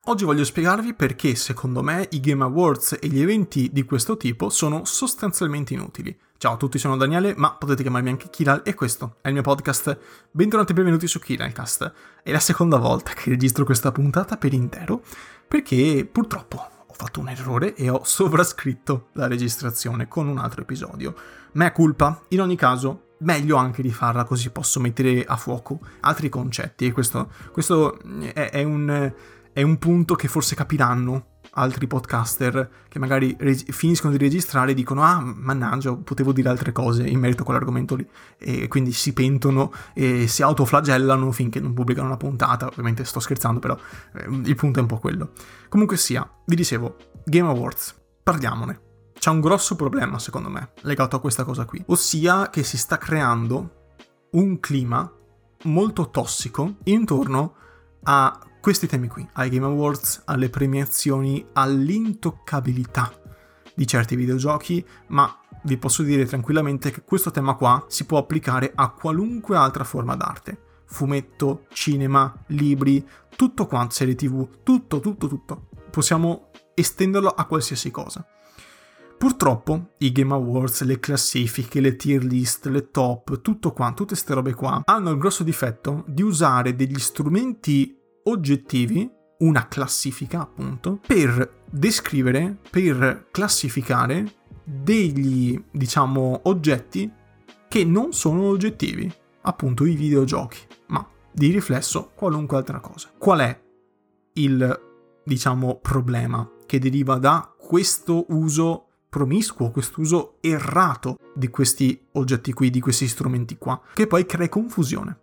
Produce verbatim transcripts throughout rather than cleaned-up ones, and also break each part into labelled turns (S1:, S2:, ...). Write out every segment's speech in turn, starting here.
S1: Oggi voglio spiegarvi perché secondo me i Game Awards e gli eventi di questo tipo sono sostanzialmente inutili. Ciao a tutti, sono Daniele, ma potete chiamarmi anche Kiral e questo è il mio podcast. Bentornati e benvenuti su Kiralcast. È la seconda volta che registro questa puntata per intero perché purtroppo ho fatto un errore e ho sovrascritto la registrazione con un altro episodio. Mea culpa, in ogni caso meglio anche rifarla così posso mettere a fuoco altri concetti e questo, questo è, è un... È un punto che forse capiranno altri podcaster che magari reg- finiscono di registrare e dicono ah, mannaggia, potevo dire altre cose in merito a quell'argomento lì, e quindi si pentono e si autoflagellano finché non pubblicano una puntata. Ovviamente sto scherzando, però eh, il punto è un po' quello. Comunque sia, vi dicevo, Game Awards, parliamone. C'è un grosso problema, secondo me, legato a questa cosa qui, ossia che si sta creando un clima molto tossico intorno a questi temi qui, ai Game Awards, alle premiazioni, all'intoccabilità di certi videogiochi, ma vi posso dire tranquillamente che questo tema qua si può applicare a qualunque altra forma d'arte. Fumetto, cinema, libri, tutto quanto, serie tv, tutto, tutto, tutto. Possiamo estenderlo a qualsiasi cosa. Purtroppo i Game Awards, le classifiche, le tier list, le top, tutto quanto, tutte queste robe qua, hanno il grosso difetto di usare degli strumenti oggettivi, una classifica appunto, per descrivere, per classificare degli, diciamo, oggetti che non sono oggettivi, appunto i videogiochi, ma di riflesso qualunque altra cosa. Qual è il, diciamo, problema che deriva da questo uso promiscuo, questo uso errato di questi oggetti qui, di questi strumenti qua, che poi crea confusione?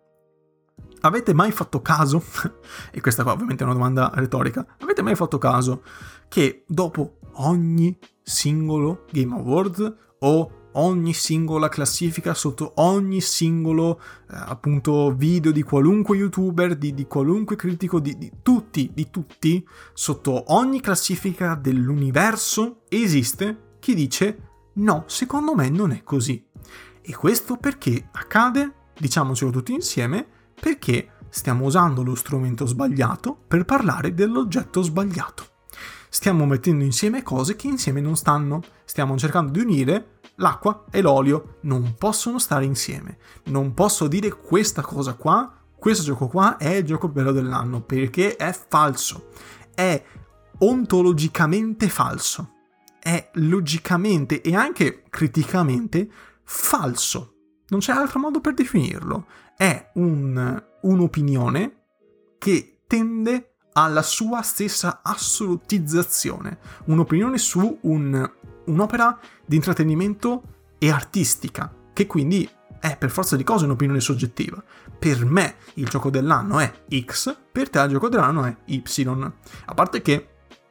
S1: Avete mai fatto caso, e questa qua ovviamente è una domanda retorica, avete mai fatto caso che dopo ogni singolo Game Award o ogni singola classifica sotto ogni singolo eh, appunto video di qualunque youtuber, di, di qualunque critico, di, di tutti, di tutti, sotto ogni classifica dell'universo esiste chi dice no, secondo me non è così. E questo perché accade, diciamocelo tutti insieme, perché stiamo usando lo strumento sbagliato per parlare dell'oggetto sbagliato. Stiamo mettendo insieme cose che insieme non stanno. Stiamo cercando di unire l'acqua e l'olio. Non possono stare insieme. Non posso dire questa cosa qua, questo gioco qua è il gioco bello dell'anno, perché è falso. È ontologicamente falso. È logicamente e anche criticamente falso. Non c'è altro modo per definirlo. È un, un'opinione che tende alla sua stessa assolutizzazione. Un'opinione su un, un'opera di intrattenimento e artistica, che quindi è per forza di cose un'opinione soggettiva. Per me il gioco dell'anno è X, per te il gioco dell'anno è Y. A parte che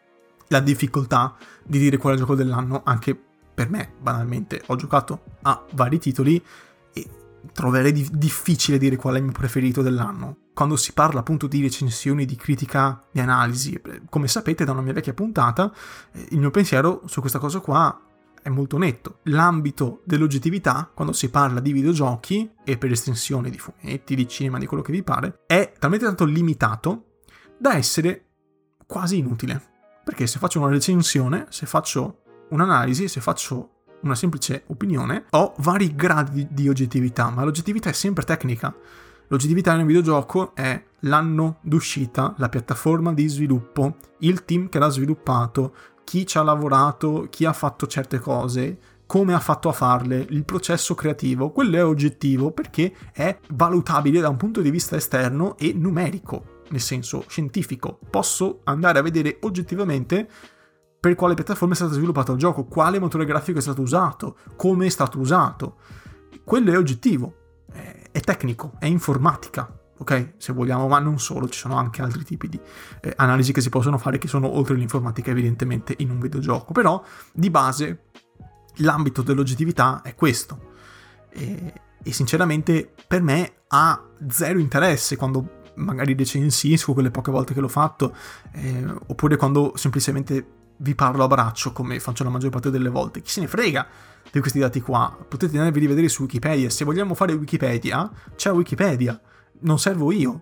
S1: la difficoltà di dire qual è il gioco dell'anno, anche per me, banalmente, ho giocato a vari titoli e troverei di- difficile dire qual è il mio preferito dell'anno. Quando si parla appunto di recensioni, di critica, di analisi, come sapete da una mia vecchia puntata, il mio pensiero su questa cosa qua è molto netto. L'ambito dell'oggettività, quando si parla di videogiochi e per estensione di fumetti, di cinema, di quello che vi pare, è talmente tanto limitato da essere quasi inutile. Perché se faccio una recensione, se faccio un'analisi, se faccio una semplice opinione, ho vari gradi di oggettività, ma l'oggettività è sempre tecnica. L'oggettività in un videogioco è l'anno d'uscita, la piattaforma di sviluppo, il team che l'ha sviluppato, chi ci ha lavorato, chi ha fatto certe cose, come ha fatto a farle, il processo creativo. Quello è oggettivo perché è valutabile da un punto di vista esterno e numerico, nel senso scientifico. Posso andare a vedere oggettivamente per quale piattaforma è stato sviluppato il gioco, quale motore grafico è stato usato, come è stato usato. Quello è oggettivo, è, è tecnico, è informatica, ok? Se vogliamo, ma non solo, ci sono anche altri tipi di eh, analisi che si possono fare che sono oltre l'informatica evidentemente in un videogioco, però di base l'ambito dell'oggettività è questo. E, e sinceramente per me ha zero interesse quando magari recensisco quelle poche volte che l'ho fatto, eh, oppure quando semplicemente vi parlo a braccio come faccio la maggior parte delle volte. Chi se ne frega di questi dati qua? Potete andarvi a rivedere su Wikipedia. Se vogliamo fare Wikipedia, c'è Wikipedia, non servo io.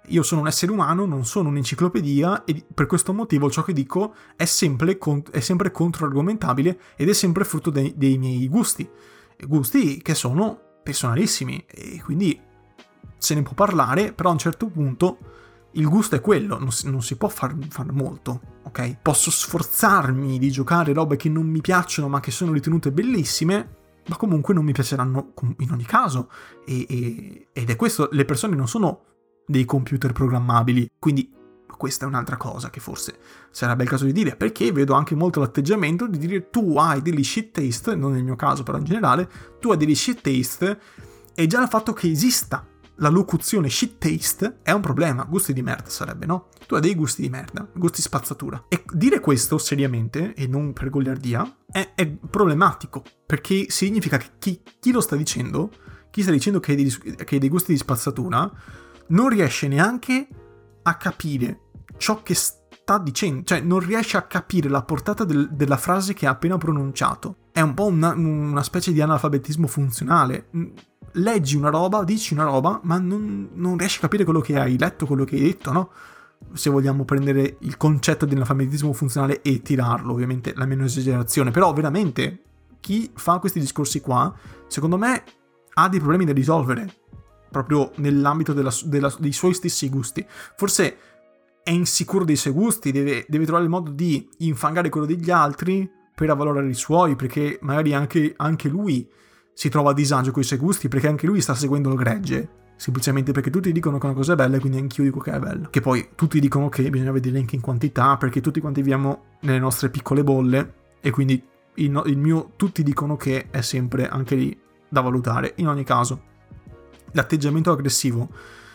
S1: io sono un essere umano, non sono un'enciclopedia e per questo motivo ciò che dico è sempre, cont- è sempre controargomentabile ed è sempre frutto dei, dei miei gusti, gusti che sono personalissimi e quindi se ne può parlare, però a un certo punto il gusto è quello, non si, non si può far, far molto, ok? Posso sforzarmi di giocare robe che non mi piacciono ma che sono ritenute bellissime, ma comunque non mi piaceranno in ogni caso e, e, ed è questo, le persone non sono dei computer programmabili, quindi questa è un'altra cosa che forse sarebbe il caso di dire, perché vedo anche molto l'atteggiamento di dire tu hai degli shit taste, non nel mio caso però in generale, tu hai degli shit taste e già il fatto che esista la locuzione shit taste è un problema, gusti di merda sarebbe, no? Tu hai dei gusti di merda, gusti spazzatura. E dire questo seriamente, e non per goliardia, è, è problematico, perché significa che chi, chi lo sta dicendo, chi sta dicendo che hai, dei, che hai dei gusti di spazzatura, non riesce neanche a capire ciò che sta dicendo, cioè non riesce a capire la portata del, della frase che ha appena pronunciato. È un po' una, una specie di analfabetismo funzionale. Leggi una roba, dici una roba, ma non, non riesci a capire quello che hai letto, quello che hai detto, no? Se vogliamo prendere il concetto dell'analfabetismo funzionale e tirarlo, ovviamente la meno esagerazione, però veramente chi fa questi discorsi qua, secondo me, ha dei problemi da risolvere, proprio nell'ambito della, della, dei suoi stessi gusti. Forse è insicuro dei suoi gusti, deve, deve trovare il modo di infangare quello degli altri per avvalorare i suoi, perché magari anche, anche lui si trova a disagio con i suoi gusti, perché anche lui sta seguendo il gregge, semplicemente perché tutti dicono che una cosa è bella e quindi anch'io dico che è bella. Che poi tutti dicono che bisogna vedere anche in quantità, perché tutti quanti viviamo nelle nostre piccole bolle e quindi il, no, il mio tutti dicono che è sempre anche lì da valutare. In ogni caso, l'atteggiamento aggressivo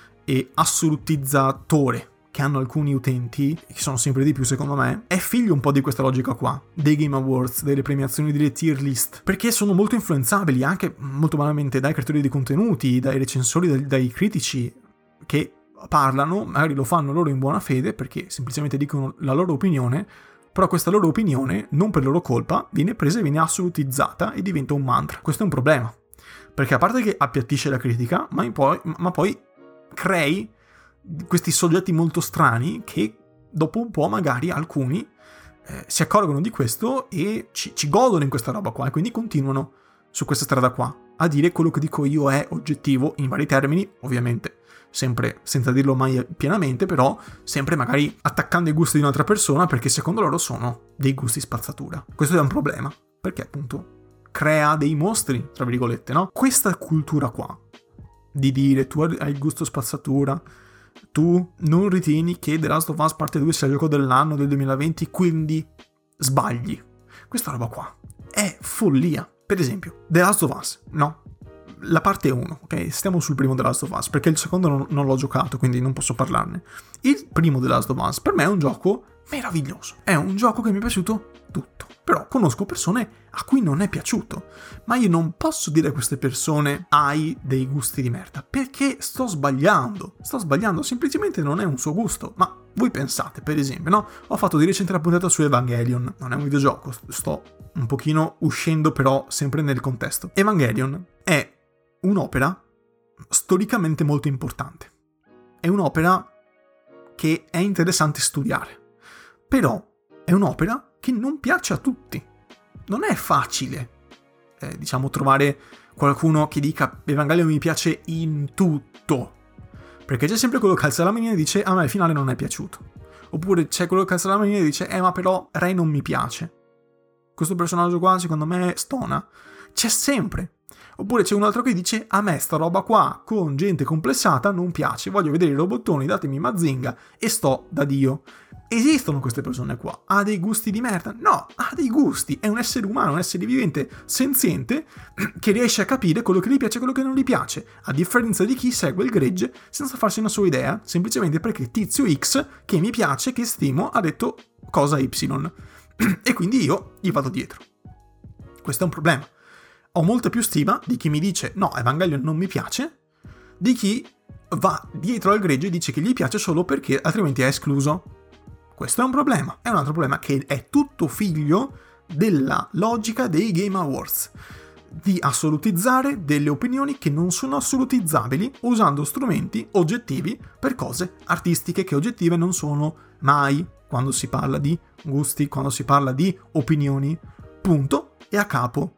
S1: e assolutizzatore che hanno alcuni utenti, che sono sempre di più secondo me, è figlio un po' di questa logica qua, dei Game Awards, delle premiazioni, delle tier list, perché sono molto influenzabili anche molto banalmente dai creatori di contenuti, dai recensori, dai, dai critici che parlano, magari lo fanno loro in buona fede perché semplicemente dicono la loro opinione, però questa loro opinione, non per loro colpa, viene presa e viene assolutizzata e diventa un mantra. Questo è un problema, perché a parte che appiattisce la critica, ma poi, ma poi crei questi soggetti molto strani che dopo un po' magari alcuni eh, si accorgono di questo e ci, ci godono in questa roba qua e quindi continuano su questa strada qua a dire quello che dico io è oggettivo in vari termini, ovviamente sempre senza dirlo mai pienamente, però sempre magari attaccando i gusti di un'altra persona perché secondo loro sono dei gusti spazzatura. Questo è un problema perché appunto crea dei mostri, tra virgolette, no? Questa cultura qua di dire tu hai il gusto spazzatura, tu non ritieni che The Last of Us parte due sia il gioco dell'anno del duemilaventi, quindi sbagli. Questa roba qua è follia. Per esempio, The Last of Us, no? La parte uno, ok? Stiamo sul primo The Last of Us, perché il secondo non, non l'ho giocato, quindi non posso parlarne. Il primo The Last of Us per me è un gioco meraviglioso. È un gioco che mi è piaciuto tutto. Però conosco persone a cui non è piaciuto. Ma io non posso dire a queste persone hai dei gusti di merda, perché sto sbagliando. Sto sbagliando, semplicemente non è un suo gusto. Ma voi pensate, per esempio, no? Ho fatto di recente la puntata su Evangelion. Non è un videogioco, sto un pochino uscendo però sempre nel contesto. Evangelion è un'opera storicamente molto importante. È un'opera che è interessante studiare. Però è un'opera che non piace a tutti. Non è facile, eh, diciamo, trovare qualcuno che dica Evangelion mi piace in tutto. Perché c'è sempre quello che alza la manina e dice a me il finale non è piaciuto. Oppure c'è quello che alza la manina e dice eh ma però Rey non mi piace. Questo personaggio qua secondo me stona. C'è sempre. Oppure c'è un altro che dice a me sta roba qua con gente complessata non piace, voglio vedere i robottoni, datemi Mazinga e sto da Dio. Esistono queste persone qua. Ha dei gusti di merda? No, ha dei gusti. È un essere umano, un essere vivente, senziente, che riesce a capire quello che gli piace e quello che non gli piace, a differenza di chi segue il gregge senza farsi una sua idea, semplicemente perché tizio X, che mi piace, che stimo, ha detto cosa Y. E quindi io gli vado dietro. Questo è un problema. Ho molta più stima di chi mi dice no, Evangelion non mi piace, di chi va dietro al gregge e dice che gli piace solo perché altrimenti è escluso. Questo è un problema. È un altro problema che è tutto figlio della logica dei Game Awards. di assolutizzare delle opinioni che non sono assolutizzabili usando strumenti oggettivi per cose artistiche che oggettive non sono mai quando si parla di gusti, quando si parla di opinioni, punto e a capo.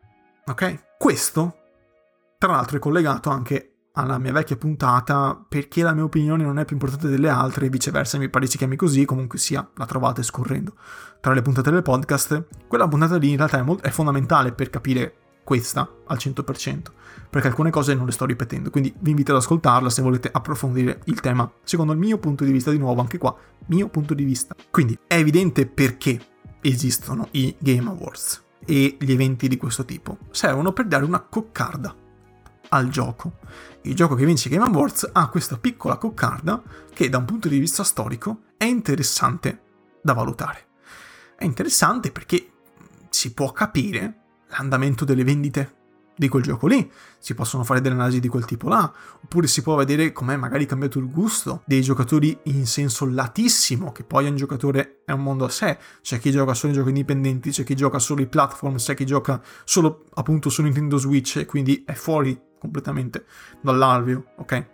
S1: Ok? Questo, tra l'altro, è collegato anche alla mia vecchia puntata perché la mia opinione non è più importante delle altre e viceversa, mi pare si chiami così, comunque sia, la trovate scorrendo tra le puntate del podcast. Quella puntata lì in realtà è, molto, è fondamentale per capire questa al cento per cento, perché alcune cose non le sto ripetendo, quindi vi invito ad ascoltarla se volete approfondire il tema secondo il mio punto di vista, di nuovo anche qua, mio punto di vista. Quindi è evidente perché esistono i Game Awards e gli eventi di questo tipo. Servono per dare una coccarda al gioco. Il gioco che vince i Game Awards ha questa piccola coccarda che da un punto di vista storico è interessante da valutare. È interessante perché si può capire l'andamento delle vendite di quel gioco lì, si possono fare delle analisi di quel tipo là, oppure si può vedere com'è magari cambiato il gusto dei giocatori in senso latissimo, che poi un giocatore è un mondo a sé, c'è chi gioca solo i giochi indipendenti, c'è chi gioca solo i platform, c'è chi gioca solo appunto su Nintendo Switch e quindi è fuori completamente dall'alveo, ok?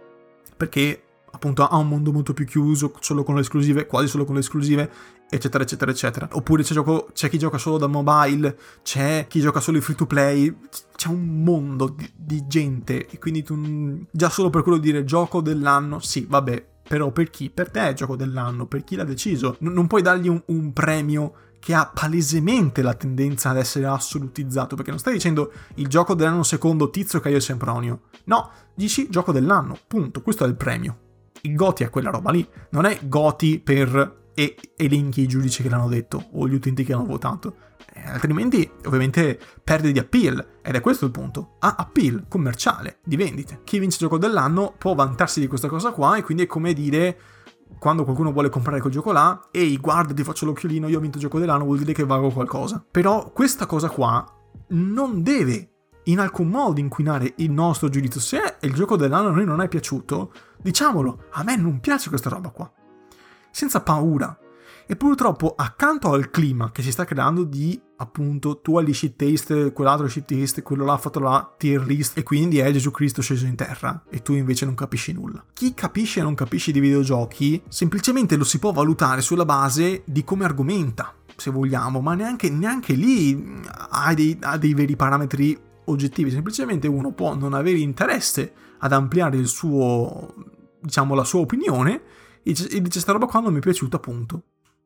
S1: Perché appunto ha un mondo molto più chiuso, solo con le esclusive, quasi solo con le esclusive, eccetera eccetera eccetera. Oppure c'è, gioco, c'è chi gioca solo da mobile, c'è chi gioca solo i free to play, c'è un mondo di, di gente e quindi tu già solo per quello di dire gioco dell'anno, sì vabbè, però per chi? Per te è gioco dell'anno, per chi l'ha deciso. N- non puoi dargli un, un premio che ha palesemente la tendenza ad essere assolutizzato, perché non stai dicendo il gioco dell'anno secondo Tizio Caio Sempronio, no, dici gioco dell'anno, punto, questo è il premio. Il GOTY è quella roba lì, non è GOTY per e elenchi i giudici che l'hanno detto o gli utenti che hanno votato, eh, altrimenti ovviamente perde di appeal, ed è questo il punto, ha appeal commerciale di vendite. Chi vince il gioco dell'anno può vantarsi di questa cosa qua e quindi è come dire quando qualcuno vuole comprare quel gioco là, ehi guarda ti faccio l'occhiolino, io ho vinto il gioco dell'anno, vuol dire che valgo qualcosa. Però questa cosa qua non deve in alcun modo inquinare il nostro giudizio. Se il gioco dell'anno a noi non è piaciuto, diciamolo, a me non piace questa roba qua, senza paura. E purtroppo accanto al clima che si sta creando di appunto tu hai shit taste, quell'altro shit taste, quello là ha fatto la tier list e quindi è Gesù Cristo sceso in terra e tu invece non capisci nulla. Chi capisce e non capisce di videogiochi semplicemente lo si può valutare sulla base di come argomenta, se vogliamo, ma neanche, neanche lì ha dei, ha dei veri parametri oggettivi. Semplicemente uno può non avere interesse ad ampliare il suo, diciamo, la sua opinione e dice sta roba qua non mi è piaciuta, appunto.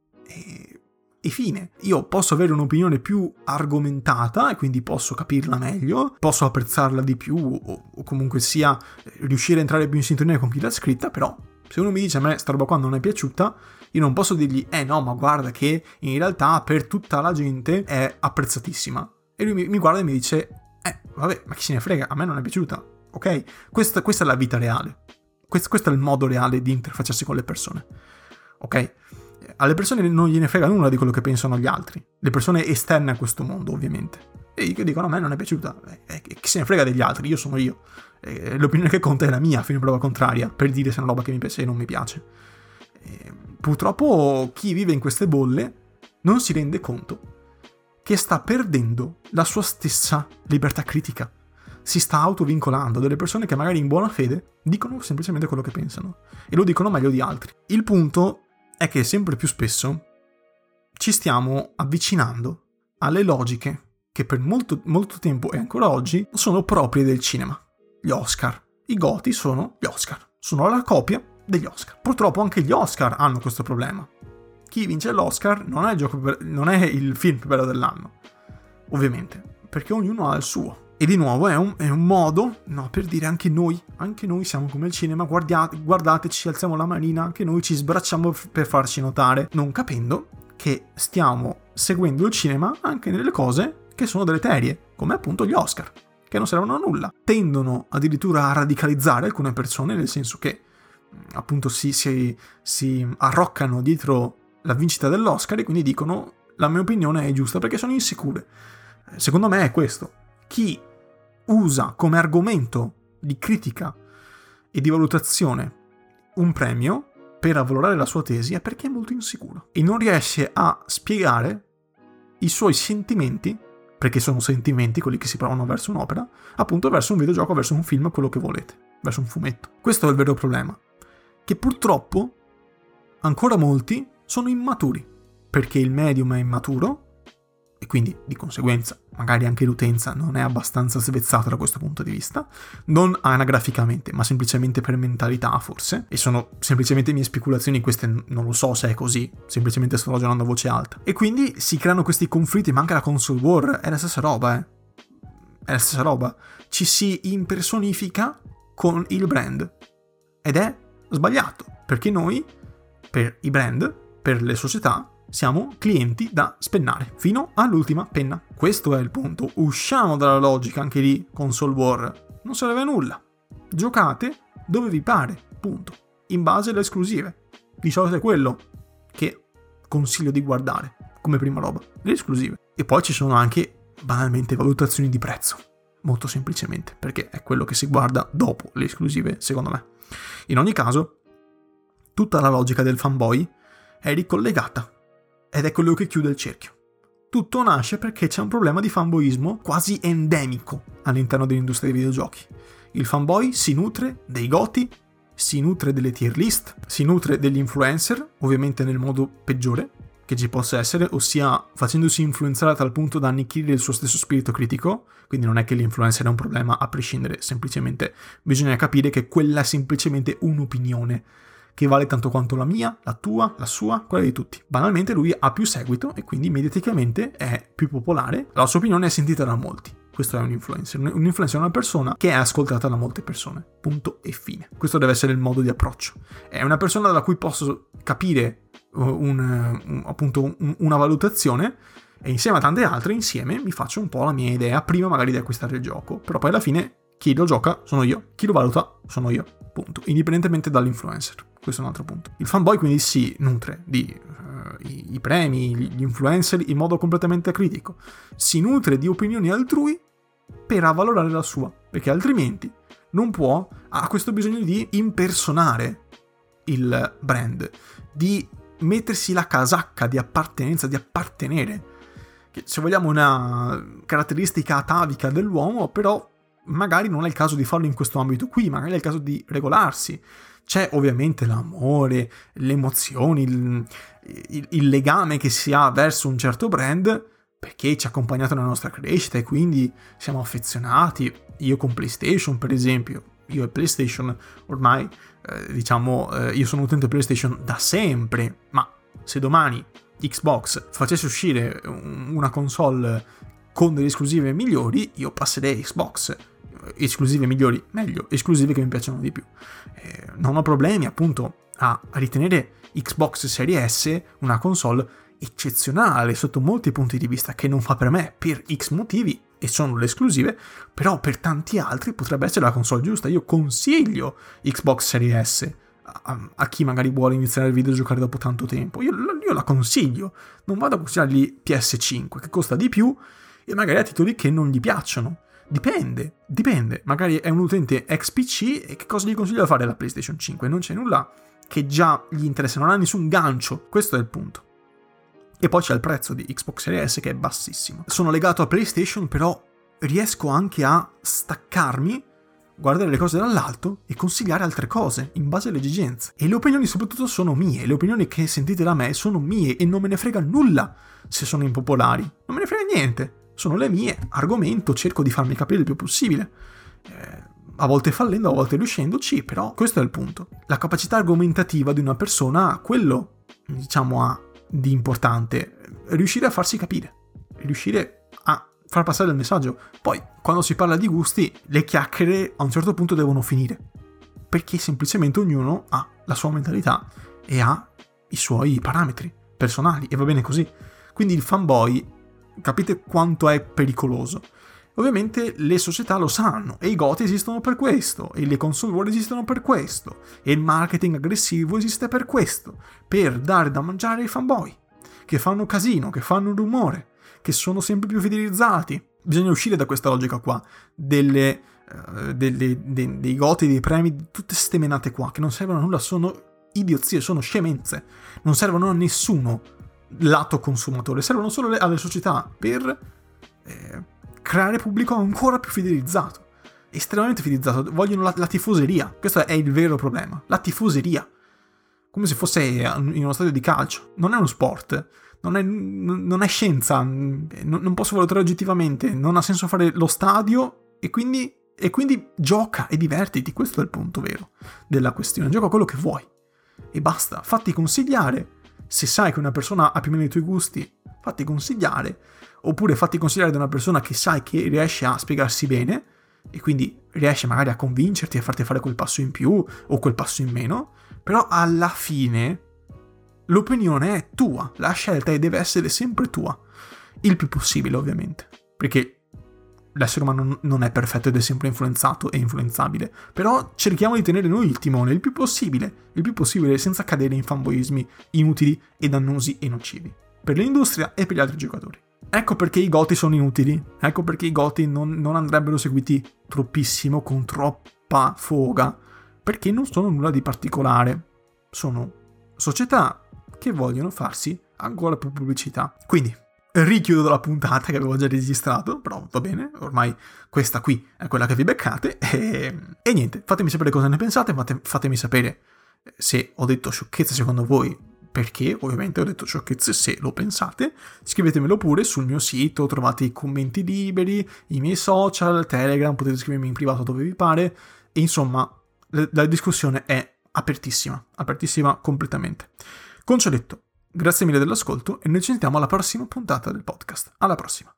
S1: E, e fine. Io posso avere un'opinione più argomentata e quindi posso capirla meglio, posso apprezzarla di più o, o comunque sia riuscire a entrare più in sintonia con chi l'ha scritta, però se uno mi dice a me sta roba qua non è piaciuta, io non posso dirgli eh no ma guarda che in realtà per tutta la gente è apprezzatissima. E lui mi, mi guarda e mi dice eh vabbè ma chi se ne frega, a me non è piaciuta, ok? Questa, questa è la vita reale. Questo, questo è il modo reale di interfacciarsi con le persone, ok? Alle persone non gliene frega nulla di quello che pensano gli altri, le persone esterne a questo mondo ovviamente, e io dicono a me non è piaciuta, eh, chi se ne frega degli altri, io sono io, eh, l'opinione che conta è la mia fino a prova contraria, per dire se è una roba che mi piace o non mi piace. E purtroppo chi vive in queste bolle non si rende conto che sta perdendo la sua stessa libertà critica. Si sta autovincolando delle persone che magari in buona fede dicono semplicemente quello che pensano e lo dicono meglio di altri. Il punto è che sempre più spesso ci stiamo avvicinando alle logiche che per molto, molto tempo e ancora oggi sono proprie del cinema. Gli Oscar. I GOTY sono gli Oscar. Sono la copia degli Oscar. Purtroppo anche gli Oscar hanno questo problema. Chi vince l'Oscar non è il, gioco per, non è il film più bello dell'anno, ovviamente, perché ognuno ha il suo. E di nuovo è un, è un modo, no, per dire anche noi, anche noi siamo come il cinema, guardiate, guardateci, alziamo la manina, anche noi ci sbracciamo per farci notare, non capendo che stiamo seguendo il cinema anche nelle cose che sono deleterie, come appunto gli Oscar, che non servono a nulla. Tendono addirittura a radicalizzare alcune persone, nel senso che appunto si, si, si arroccano dietro la vincita dell'Oscar e quindi dicono la mia opinione è giusta perché sono insicure. Secondo me è questo. Chi usa come argomento di critica e di valutazione un premio per avvalorare la sua tesi è perché è molto insicuro e non riesce a spiegare i suoi sentimenti perché sono sentimenti quelli che si provano verso un'opera, appunto verso un videogioco, verso un film, quello che volete, verso un fumetto. Questo è il vero problema, che purtroppo ancora molti sono immaturi, perché il medium è immaturo e quindi di conseguenza magari anche l'utenza non è abbastanza svezzata da questo punto di vista, non anagraficamente ma semplicemente per mentalità forse, e sono semplicemente mie speculazioni, queste non lo so se è così, semplicemente sto ragionando a voce alta, e quindi si creano questi conflitti, ma anche la console war è la stessa roba, eh è la stessa roba, ci si impersonifica con il brand ed è sbagliato, perché noi per i brand, per le società, siamo clienti da spennare, fino all'ultima penna. Questo è il punto. Usciamo dalla logica anche di console war. Non serve a nulla. Giocate dove vi pare, punto. In base alle esclusive. Di solito è quello che consiglio di guardare come prima roba, le esclusive. E poi ci sono anche, banalmente, valutazioni di prezzo. Molto semplicemente, perché è quello che si guarda dopo le esclusive, secondo me. In ogni caso, tutta la logica del fanboy è ricollegata. Ed è quello che chiude il cerchio. Tutto nasce perché c'è un problema di fanboismo quasi endemico all'interno dell'industria dei videogiochi. Il fanboy si nutre dei goti, si nutre delle tier list, si nutre degli influencer, ovviamente nel modo peggiore che ci possa essere, ossia facendosi influenzare a tal punto da annichilire il suo stesso spirito critico. Quindi non è che l'influencer è un problema a prescindere, semplicemente bisogna capire che quella è semplicemente un'opinione che vale tanto quanto la mia, la tua, la sua, quella di tutti. Banalmente lui ha più seguito e quindi mediaticamente è più popolare, la sua opinione è sentita da molti. Questo è un influencer. Un influencer è una persona che è ascoltata da molte persone. Punto e fine. Questo deve essere il modo di approccio. È una persona dalla cui posso capire un, un, appunto un, una valutazione, e insieme a tante altre, insieme mi faccio un po' la mia idea prima magari di acquistare il gioco. Però poi alla fine chi lo gioca sono io, chi lo valuta sono io. Punto. Indipendentemente dall'influencer. Questo è un altro punto. Il fanboy quindi si nutre di uh, i, i premi, gli influencer in modo completamente acritico. Si nutre di opinioni altrui per avvalorare la sua, perché altrimenti non può, ha questo bisogno di impersonare il brand, di mettersi la casacca di appartenenza, di appartenere, che se vogliamo è una caratteristica atavica dell'uomo, però magari non è il caso di farlo in questo ambito qui, magari è il caso di regolarsi. C'è ovviamente l'amore, le emozioni, il, il, il legame che si ha verso un certo brand, perché ci ha accompagnato nella nostra crescita e quindi siamo affezionati. Io con PlayStation, per esempio, io e PlayStation ormai, eh, diciamo, eh, io sono utente PlayStation da sempre, ma se domani Xbox facesse uscire una console con delle esclusive migliori, io passerei Xbox. Esclusive migliori, meglio, esclusive che mi piacciono di più. Eh, non ho problemi appunto a ritenere Xbox Series S una console eccezionale sotto molti punti di vista, che non fa per me per X motivi e sono le esclusive, però per tanti altri potrebbe essere la console giusta. Io consiglio Xbox Series S a, a chi magari vuole iniziare il videogiocare dopo tanto tempo. Io, io la consiglio, non vado a consigliargli P S cinque che costa di più e magari a titoli che non gli piacciono. Dipende, dipende, magari è un utente ex P C e che cosa gli consiglio di fare la PlayStation cinque? Non c'è nulla che già gli interessa, non ha nessun gancio, questo è il punto. E poi c'è il prezzo di Xbox Series S che è bassissimo. Sono legato a PlayStation, però riesco anche a staccarmi, guardare le cose dall'alto e consigliare altre cose in base alle esigenze. E le opinioni soprattutto sono mie, le opinioni che sentite da me sono mie e non me ne frega nulla se sono impopolari, non me ne frega niente. Sono le mie, argomento, cerco di farmi capire il più possibile. Eh, a volte fallendo, a volte riuscendoci, però questo è il punto. La capacità argomentativa di una persona, quello, diciamo, ha di importante. Riuscire a farsi capire, riuscire a far passare il messaggio. Poi, quando si parla di gusti, le chiacchiere a un certo punto devono finire. Perché semplicemente ognuno ha la sua mentalità e ha i suoi parametri personali, e va bene così. Quindi il fanboy, capite quanto è pericoloso. Ovviamente le società lo sanno e i goti esistono per questo e le console war esistono per questo e il marketing aggressivo esiste per questo, per dare da mangiare ai fanboy che fanno casino, che fanno rumore, che sono sempre più fidelizzati. Bisogna uscire da questa logica qua delle, uh, delle, de, dei goti, dei premi, tutte ste menate qua che non servono a nulla, sono idiozie, sono scemenze, non servono a nessuno lato consumatore, servono solo alle società per eh, creare pubblico ancora più fidelizzato, estremamente fidelizzato. Vogliono la, la tifoseria, questo è il vero problema, la tifoseria, come se fosse in uno stadio di calcio. Non è uno sport, non è, non è scienza, non, non posso valutare oggettivamente, non ha senso fare lo stadio, e quindi, e quindi gioca e divertiti. Questo è il punto vero della questione. Gioca quello che vuoi e basta, fatti consigliare. Se sai che una persona ha più o meno i tuoi gusti, fatti consigliare, oppure fatti consigliare da una persona che sai che riesce a spiegarsi bene e quindi riesce magari a convincerti, a farti fare quel passo in più o quel passo in meno. Però alla fine l'opinione è tua, la scelta deve essere sempre tua, il più possibile ovviamente, perché l'essere umano non è perfetto ed è sempre influenzato e influenzabile, però cerchiamo di tenere noi il timone il più possibile, il più possibile senza cadere in fanboismi inutili e dannosi e nocivi per l'industria e per gli altri giocatori. Ecco perché i goti sono inutili, ecco perché i goti non, non andrebbero seguiti troppissimo, con troppa foga, perché non sono nulla di particolare, sono società che vogliono farsi ancora più pubblicità. Quindi richiudo la puntata che avevo già registrato, però va bene, ormai questa qui è quella che vi beccate, e, e niente, fatemi sapere cosa ne pensate, fate, fatemi sapere se ho detto sciocchezze secondo voi, perché ovviamente ho detto sciocchezze se lo pensate. Scrivetemelo pure sul mio sito, trovate i commenti liberi, i miei social, Telegram, potete scrivermi in privato dove vi pare, e insomma la, la discussione è apertissima, apertissima completamente. Con ciò detto, grazie mille dell'ascolto e noi ci sentiamo alla prossima puntata del podcast. Alla prossima!